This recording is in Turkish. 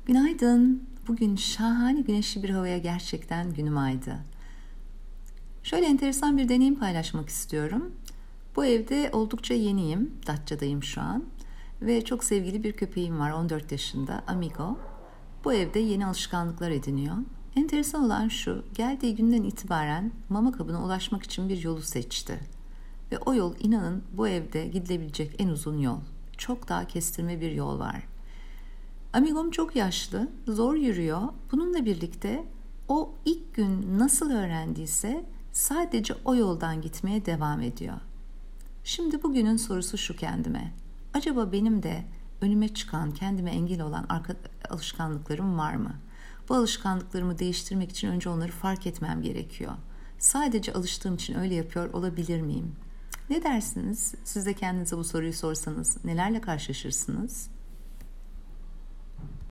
Günaydın. Bugün şahane güneşli bir havaya gerçekten günüm aydı. Şöyle enteresan bir deneyim paylaşmak istiyorum. Bu evde oldukça yeniyim. Datça'dayım şu an. Ve çok sevgili bir köpeğim var 14 yaşında Amigo. Bu evde yeni alışkanlıklar ediniyor. Enteresan olan şu, geldiği günden itibaren mama kabına ulaşmak için bir yolu seçti. Ve o yol inanın bu evde gidilebilecek en uzun yol. Çok daha kestirme bir yol var. Amigom çok yaşlı, zor yürüyor. Bununla birlikte o ilk gün nasıl öğrendiyse sadece o yoldan gitmeye devam ediyor. Şimdi bugünün sorusu şu kendime. Acaba benim de önüme çıkan, kendime engel olan alışkanlıklarım var mı? Bu alışkanlıklarımı değiştirmek için önce onları fark etmem gerekiyor. Sadece alıştığım için öyle yapıyor olabilir miyim? Ne dersiniz? Siz de kendinize bu soruyu sorsanız nelerle karşılaşırsınız?